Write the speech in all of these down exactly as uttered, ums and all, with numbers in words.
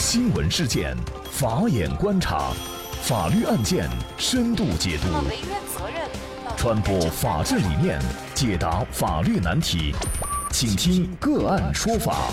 新闻事件，法眼观察，法律案件深度解读，传播法治理念，解答法律难题，请听个案说法。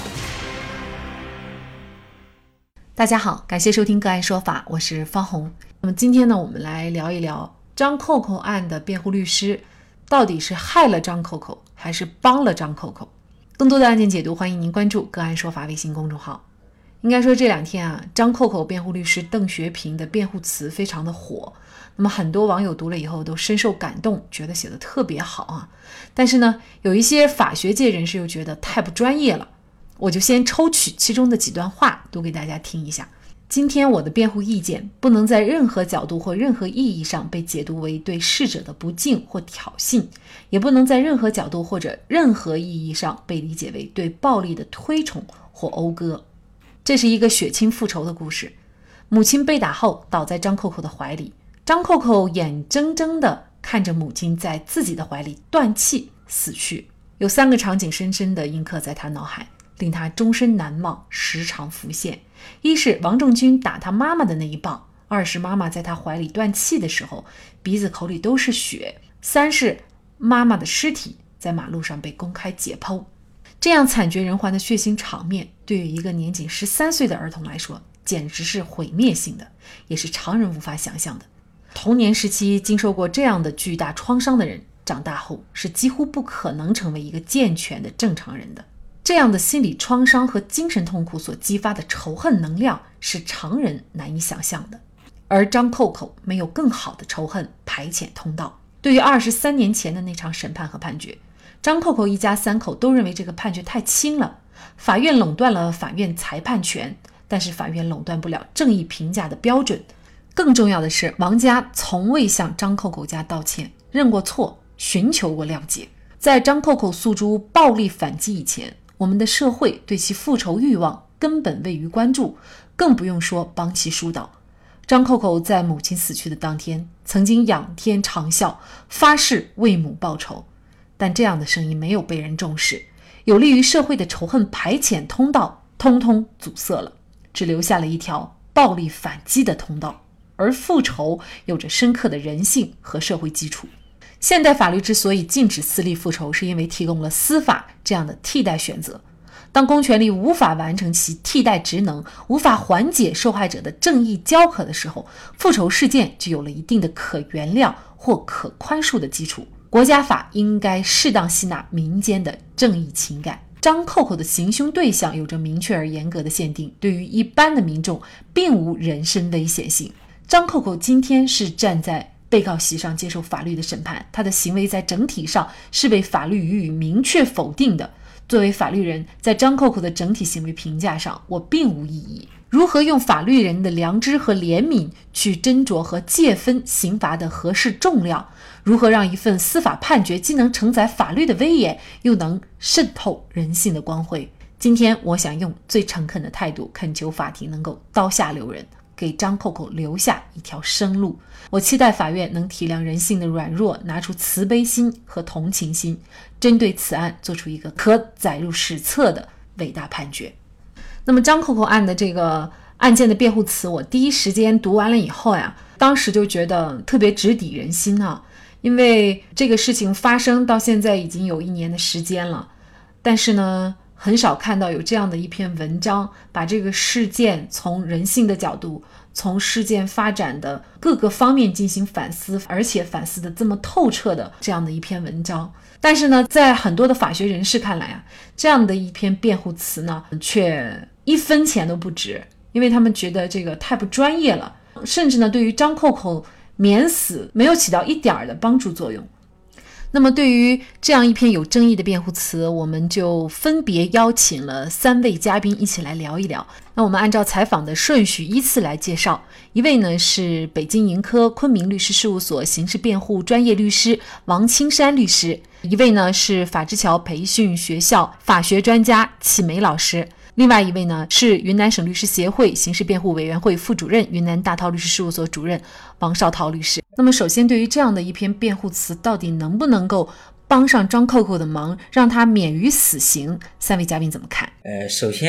大家好，感谢收听个案说法，我是方红。那么今天呢，我们来聊一聊张扣扣案的辩护律师到底是害了张扣扣，还是帮了张扣扣？更多的案件解读，欢迎您关注个案说法微信公众号。应该说这两天啊，张扣扣辩护律师邓学平的辩护词非常的火，那么很多网友读了以后都深受感动，觉得写得特别好啊。但是呢，有一些法学界人士又觉得太不专业了。我就先抽取其中的几段话读给大家听一下。今天我的辩护意见不能在任何角度或任何意义上被解读为对逝者的不敬或挑衅，也不能在任何角度或者任何意义上被理解为对暴力的推崇或讴歌。这是一个血亲复仇的故事。母亲被打后倒在张扣扣的怀里，张扣扣眼睁睁地看着母亲在自己的怀里断气死去。有三个场景深深地印刻在他脑海，令他终身难忘，时常浮现。一是王正军打他妈妈的那一棒，二是妈妈在他怀里断气的时候鼻子口里都是血，三是妈妈的尸体在马路上被公开解剖。这样惨绝人寰的血腥场面，对于一个年仅十三岁的儿童来说简直是毁灭性的，也是常人无法想象的。童年时期经受过这样的巨大创伤的人，长大后是几乎不可能成为一个健全的正常人的。这样的心理创伤和精神痛苦所激发的仇恨能量是常人难以想象的。而张扣扣没有更好的仇恨排遣通道。对于二十三年前的那场审判和判决，张扣扣一家三口都认为这个判决太轻了。法院垄断了法院裁判权，但是法院垄断不了正义评价的标准。更重要的是，王家从未向张扣扣家道歉、认过错、寻求过谅解。在张扣扣诉诸暴力反击以前，我们的社会对其复仇欲望根本未予关注，更不用说帮其疏导。张扣扣在母亲死去的当天，曾经仰天长啸，发誓为母报仇，但这样的声音没有被人重视，有利于社会的仇恨排遣通道通通阻塞了，只留下了一条暴力反击的通道。而复仇有着深刻的人性和社会基础。现代法律之所以禁止私利复仇，是因为提供了司法这样的替代选择。当公权力无法完成其替代职能，无法缓解受害者的正义交渴的时候，复仇事件就有了一定的可原谅或可宽恕的基础。国家法应该适当吸纳民间的正义情感。张扣扣的行凶对象有着明确而严格的限定，对于一般的民众并无人身危险性。张扣扣今天是站在被告席上接受法律的审判，他的行为在整体上是被法律予以明确否定的。作为法律人，在张扣扣的整体行为评价上，我并无异议。如何用法律人的良知和怜悯去斟酌和界分刑罚的合适重量，如何让一份司法判决既能承载法律的威严，又能渗透人性的光辉，今天我想用最诚恳的态度恳求法庭能够刀下留人，给张扣扣留下一条生路。我期待法院能体谅人性的软弱，拿出慈悲心和同情心，针对此案做出一个可载入史册的伟大判决。那么张扣扣案的这个案件的辩护词，我第一时间读完了以后呀，当时就觉得特别直抵人心啊。因为这个事情发生到现在已经有一年的时间了，但是呢很少看到有这样的一篇文章，把这个事件从人性的角度，从事件发展的各个方面进行反思，而且反思的这么透彻的这样的一篇文章。但是呢，在很多的法学人士看来啊，这样的一篇辩护词呢，却一分钱都不值，因为他们觉得这个太不专业了，甚至呢，对于张扣扣免死没有起到一点的帮助作用。那么对于这样一篇有争议的辩护词，我们就分别邀请了三位嘉宾一起来聊一聊。那我们按照采访的顺序依次来介绍。一位呢是北京盈科昆明律师事务所刑事辩护专业律师王青山律师，一位呢是法之桥培训学校法学专家启梅老师，另外一位呢是云南省律师协会刑事辩护委员会副主任、云南大韬律师事务所主任王绍涛律师。那么首先，对于这样的一篇辩护词，到底能不能够帮上张扣扣的忙，让他免于死刑，三位嘉宾怎么看？ 呃，首先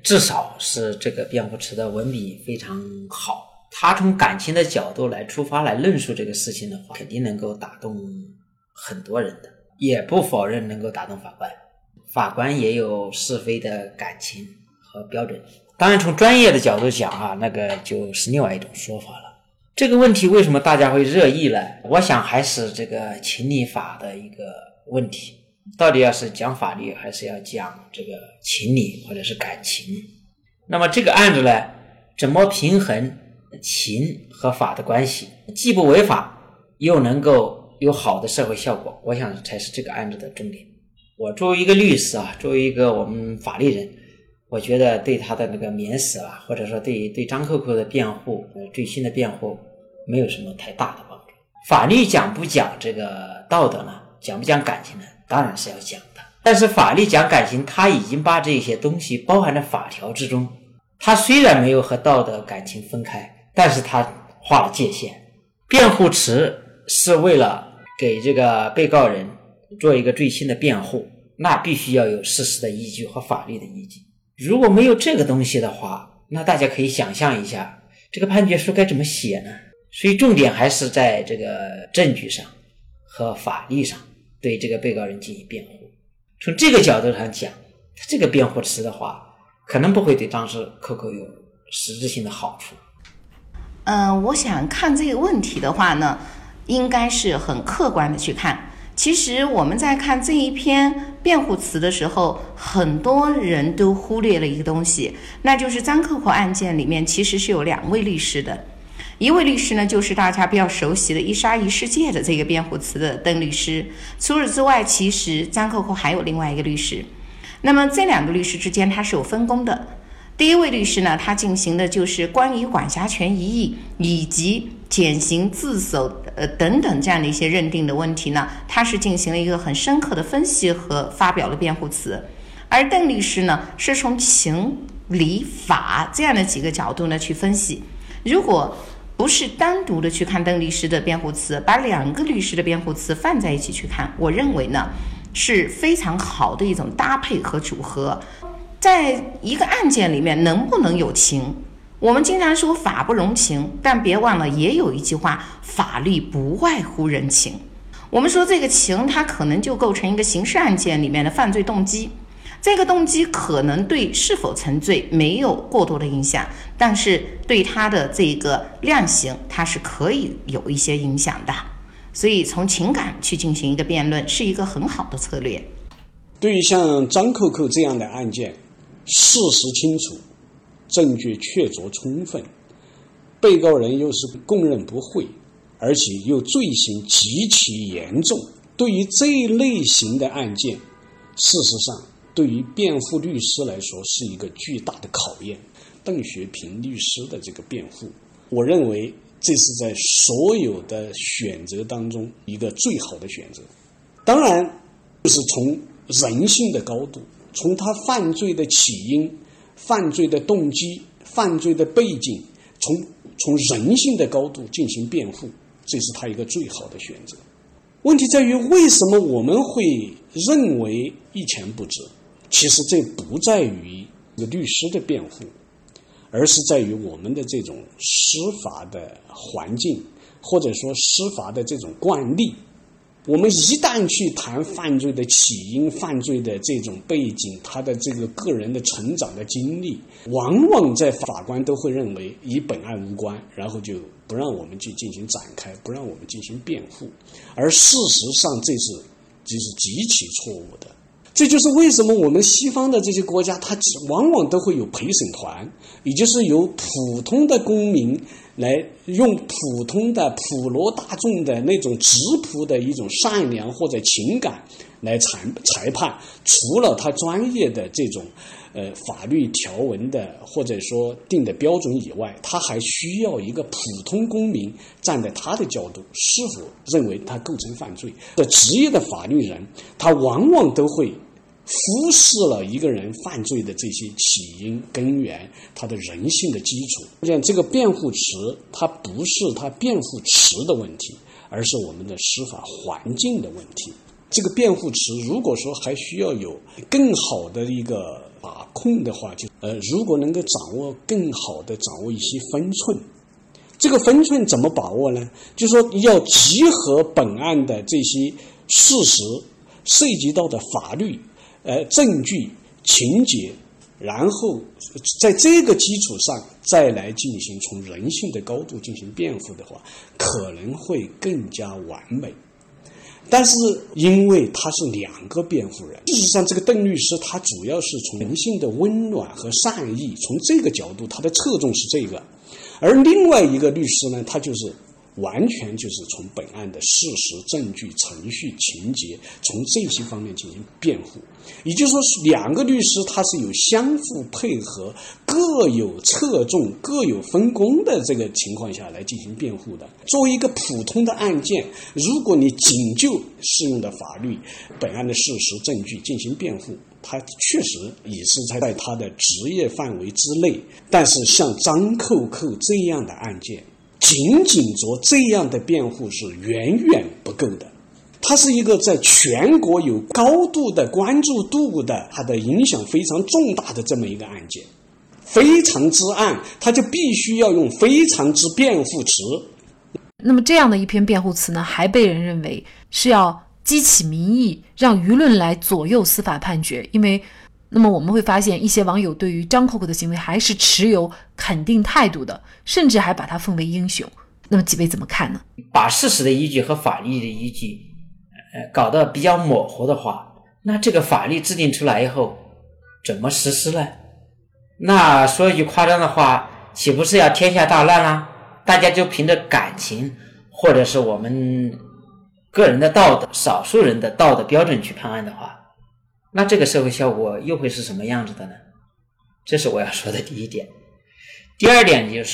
至少是这个辩护词的文笔非常好，他从感情的角度来出发来论述这个事情的话，肯定能够打动很多人的，也不否认能够打动法官。法官也有是非的感情和标准，当然从专业的角度讲啊，那个就是另外一种说法了。这个问题为什么大家会热议呢？我想还是这个情理法的一个问题，到底要是讲法律还是要讲这个情理或者是感情。那么这个案子呢，怎么平衡情和法的关系，既不违法又能够有好的社会效果，我想才是这个案子的重点。我作为一个律师啊，作为一个我们法律人，我觉得对他的那个免死啊，或者说对对张扣扣的辩护，呃，最新的辩护没有什么太大的帮助。法律讲不讲这个道德呢？讲不讲感情呢？当然是要讲的。但是法律讲感情，它已经把这些东西包含在法条之中。它虽然没有和道德感情分开，但是它划了界限。辩护词是为了给这个被告人做一个最新的辩护，那必须要有事实的依据和法律的依据。如果没有这个东西的话，那大家可以想象一下，这个判决书该怎么写呢？所以重点还是在这个证据上和法律上对这个被告人进行辩护。从这个角度上讲，他这个辩护词的话，可能不会对当事扣扣有实质性的好处。 嗯、呃，我想看这个问题的话呢，应该是很客观的去看。其实我们在看这一篇辩护词的时候，很多人都忽略了一个东西，那就是张扣扣案件里面其实是有两位律师的。一位律师呢，就是大家比较熟悉的一沙一世界的这个辩护词的邓律师。除此之外，其实张扣扣还有另外一个律师。那么这两个律师之间它是有分工的。第一位律师呢，他进行的就是关于管辖权疑义以及减刑自首呃等等这样的一些认定的问题呢，他是进行了一个很深刻的分析和发表了辩护词。而邓律师呢，是从情理法这样的几个角度呢去分析。如果不是单独的去看邓律师的辩护词，把两个律师的辩护词放在一起去看，我认为呢是非常好的一种搭配和组合。在一个案件里面能不能有情，我们经常说法不容情，但别忘了也有一句话，法律不外乎人情。我们说这个情它可能就构成一个刑事案件里面的犯罪动机，这个动机可能对是否成罪没有过多的影响，但是对它的这个量刑它是可以有一些影响的。所以从情感去进行一个辩论是一个很好的策略。 对于像张扣扣这样的案件，事实清楚，证据确凿充分，被告人又是供认不讳，而且又罪行极其严重，对于这一类型的案件，事实上对于辩护律师来说是一个巨大的考验。邓学平律师的这个辩护，我认为这是在所有的选择当中一个最好的选择。当然就是从人性的高度，从他犯罪的起因、犯罪的动机、犯罪的背景，从从人性的高度进行辩护，这是他一个最好的选择。问题在于，为什么我们会认为一钱不值？其实这不在于律师的辩护，而是在于我们的这种司法的环境，或者说司法的这种惯例。我们一旦去谈犯罪的起因、犯罪的这种背景，他的这个个人的成长的经历，往往在法官都会认为与本案无关，然后就不让我们去进行展开，不让我们进行辩护。而事实上这是这是极其错误的。这就是为什么我们西方的这些国家，它往往都会有陪审团，也就是由普通的公民来用普通的普罗大众的那种质朴的一种善良或者情感来裁裁判，除了他专业的这种呃法律条文的或者说定的标准以外，他还需要一个普通公民站在他的角度，是否认为他构成犯罪。这职业的法律人，他往往都会忽视了一个人犯罪的这些起因根源，他的人性的基础。这个辩护词它不是他辩护词的问题，而是我们的司法环境的问题。这个辩护词如果说还需要有更好的一个把控的话，就呃，如果能够掌握更好的掌握一些分寸，这个分寸怎么把握呢？就是说要集合本案的这些事实，涉及到的法律、呃证据、情节，然后在这个基础上再来进行从人性的高度进行辩护的话，可能会更加完美。但是因为他是两个辩护人，事实上这个邓律师他主要是从人性的温暖和善意，从这个角度他的侧重是这个，而另外一个律师呢，他就是完全就是从本案的事实、证据、程序、情节，从这些方面进行辩护。也就是说，两个律师他是有相互配合、各有侧重、各有分工的这个情况下来进行辩护的。作为一个普通的案件，如果你仅就适用的法律、本案的事实、证据进行辩护，他确实也是在他的职业范围之内。但是像张扣扣这样的案件，仅仅做这样的辩护是远远不够的。它是一个在全国有高度的关注度的，它的影响非常重大的这么一个案件，非常之案，它就必须要用非常之辩护词。 那么这样的一篇辩护词呢，还被人认为是要激起民意，让舆论来左右司法判决。因为那么我们会发现，一些网友对于张扣扣的行为还是持有肯定态度的，甚至还把他奉为英雄。那么几位怎么看呢？ 把事实的依据和法律的依据呃，搞得比较模糊的话，那这个法律制定出来以后怎么实施呢？那说一句夸张的话，岂不是要天下大乱啦？大家就凭着感情或者是我们个人的道德、少数人的道德标准去判案的话，那这个社会效果又会是什么样子的呢？这是我要说的第一点。第二点就是，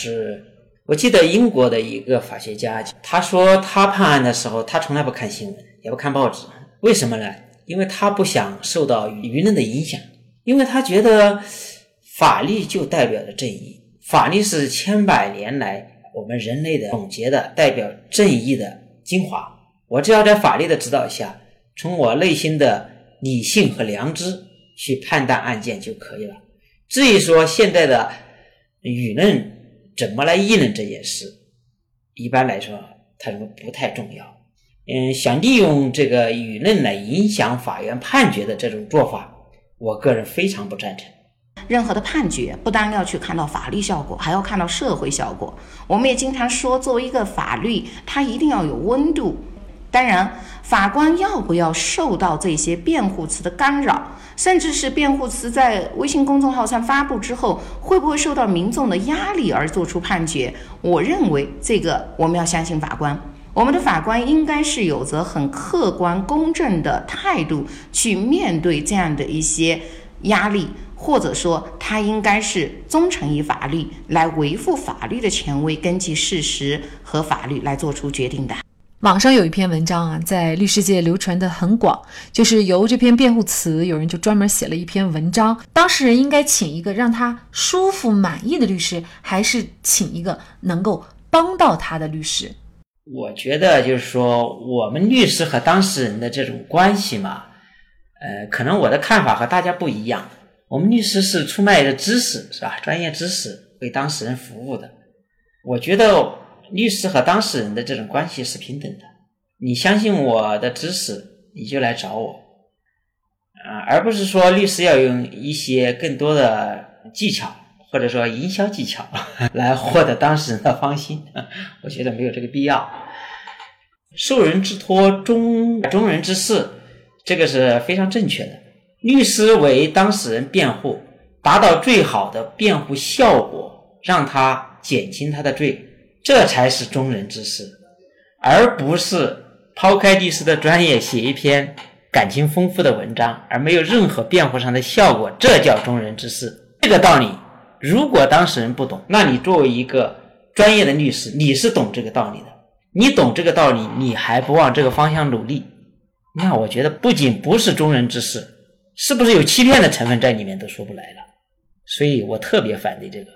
我记得英国的一个法学家，他说他判案的时候，他从来不看新闻，也不看报纸。为什么呢？因为他不想受到舆论的影响，因为他觉得法律就代表着正义，法律是千百年来我们人类的总结的代表正义的精华。我只要在法律的指导下，从我内心的理性和良知去判断案件就可以了。至于说现在的舆论怎么来议论这件事，一般来说它不太重要。嗯，想利用这个舆论来影响法院判决的这种做法，我个人非常不赞成。 任何的判决不单要去看到法律效果，还要看到社会效果。我们也经常说，作为一个法律，它一定要有温度。当然，法官要不要受到这些辩护词的干扰，甚至是辩护词在微信公众号上发布之后，会不会受到民众的压力而做出判决？我认为这个我们要相信法官。我们的法官应该是有着很客观公正的态度去面对这样的一些压力，或者说他应该是忠诚于法律，来维护法律的权威，根据事实和法律来做出决定的。 网上有一篇文章啊，在律师界流传的很广，就是由这篇辩护词，有人就专门写了一篇文章，当事人应该请一个让他舒服满意的律师，还是请一个能够帮到他的律师？ 我觉得就是说，我们律师和当事人的这种关系嘛，呃，可能我的看法和大家不一样。我们律师是出卖的知识，是吧？专业知识为当事人服务的。我觉得律师和当事人的这种关系是平等的。你相信我的知识，你就来找我，啊、呃，而不是说律师要用一些更多的技巧，或者说营销技巧来获得当事人的芳心，我觉得没有这个必要。受人之托，忠忠人之事，这个是非常正确的。律师为当事人辩护，达到最好的辩护效果，让他减轻他的罪，这才是忠人之事，而不是抛开律师的专业写一篇感情丰富的文章，而没有任何辩护上的效果，这叫忠人之事。这个道理如果当事人不懂，那你作为一个专业的律师，你是懂这个道理的，你懂这个道理，你还不往这个方向努力，那我觉得不仅不是忠人之事，是不是有欺骗的成分在里面都说不来了。所以我特别反对这个。 如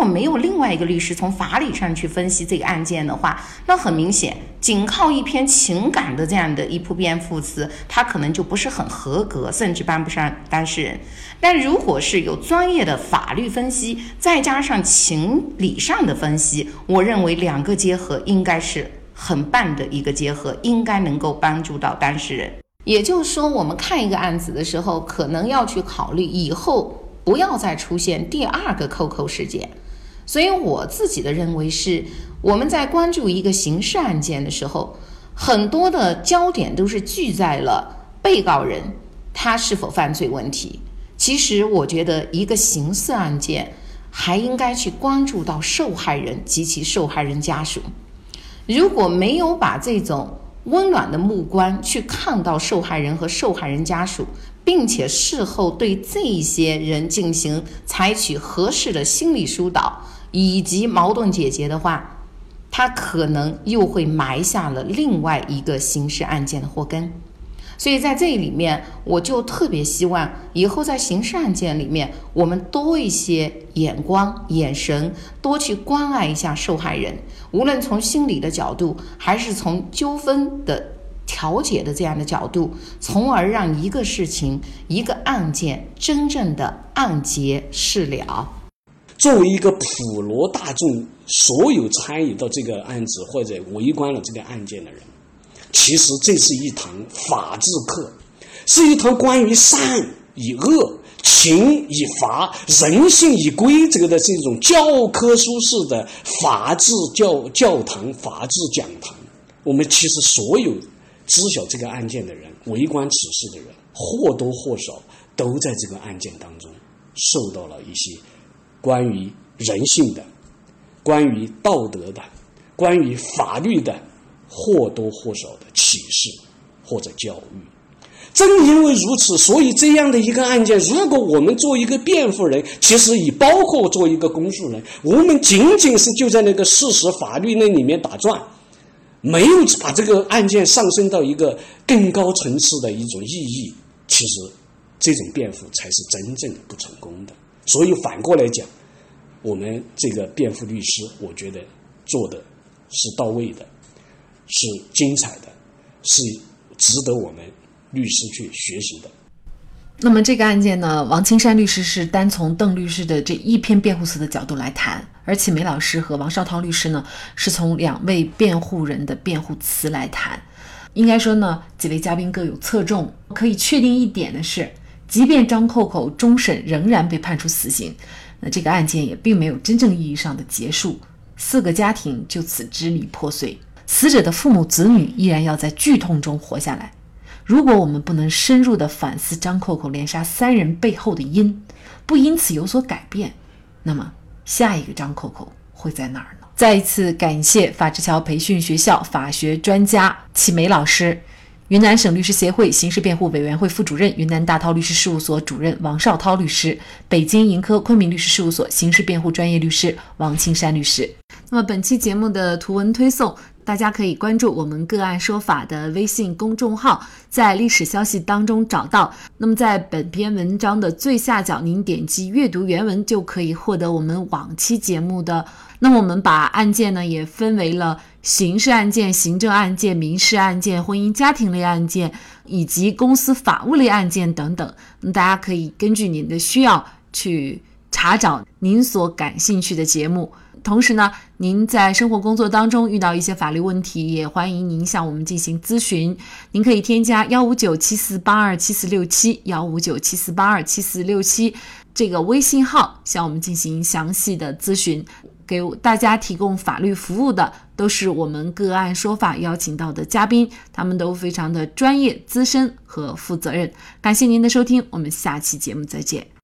果没有另外一个律师从法理上去分析这个案件的话，那很明显仅靠一篇情感的这样的一部辩护词，它可能就不是很合格，甚至帮不上当事人。但如果是有专业的法律分析，再加上情理上的分析，我认为两个结合应该是很棒的一个结合，应该能够帮助到当事人。也就是说，我们看一个案子的时候，可能要去考虑以后不要再出现第二个扣扣事件。所以我自己的认为是，我们在关注一个刑事案件的时候，很多的焦点都是聚在了被告人他是否犯罪问题。其实我觉得一个刑事案件还应该去关注到受害人及其受害人家属。如果没有把这种温暖的目光去看到受害人和受害人家属，并且事后对这一些人进行采取合适的心理疏导以及矛盾解决的话，他可能又会埋下了另外一个刑事案件的祸根。所以在这里面，我就特别希望以后在刑事案件里面，我们多一些眼光眼神，多去关爱一下受害人，无论从心理的角度还是从纠纷的调解的这样的角度，从而让一个事情一个案件真正的案结事了。 作为一个普罗大众，所有参与到这个案子或者围观了这个案件的人，其实这是一堂法治课，是一堂关于善与恶、情与法、人性与规则的这种教科书式的法治教教堂、法治讲堂。我们其实所有知晓这个案件的人，围观此事的人，或多或少都在这个案件当中受到了一些关于人性的、关于道德的、关于法律的或多或少的启示或者教育。正因为如此，所以这样的一个案件，如果我们做一个辩护人，其实也包括做一个公诉人，我们仅仅是就在那个事实法律那里面打转，没有把这个案件上升到一个更高层次的一种意义，其实这种辩护才是真正不成功的。所以反过来讲，我们这个辩护律师，我觉得做的是到位的，是精彩的，是值得我们律师去学习的。 那么这个案件呢，王青山律师是单从邓律师的这一篇辩护词的角度来谈，而启梅老师和王绍涛律师呢，是从两位辩护人的辩护词来谈。应该说呢，几位嘉宾各有侧重。可以确定一点的是，即便张扣扣终审仍然被判处死刑，那这个案件也并没有真正意义上的结束，四个家庭就此支离破碎，死者的父母子女依然要在剧痛中活下来。如果我们不能深入地反思张扣扣连杀三人背后的因，不因此有所改变，那么下一个张扣扣会在哪儿呢？再一次感谢法治桥培训学校法学专家启梅老师，云南省律师协会刑事辩护委员会副主任、云南大韬律师事务所主任王绍涛律师，北京盈科昆明律师事务所刑事辩护专业律师王青山律师。那么本期节目的图文推送，大家可以关注我们个案说法的微信公众号，在历史消息当中找到。那么在本篇文章的最下角，您点击阅读原文就可以获得我们往期节目的。那么我们把案件呢也分为了刑事案件、行政案件、民事案件、婚姻家庭类案件以及公司法务类案件等等。那大家可以根据您的需要去查找您所感兴趣的节目。同时呢，您在生活工作当中遇到一些法律问题，也欢迎您向我们进行咨询。您可以添加一五九七四八二七四六七 一五九七四八二七四六七这个微信号向我们进行详细的咨询。给大家提供法律服务的都是我们个案说法邀请到的嘉宾，他们都非常的专业、资深和负责任。感谢您的收听，我们下期节目再见。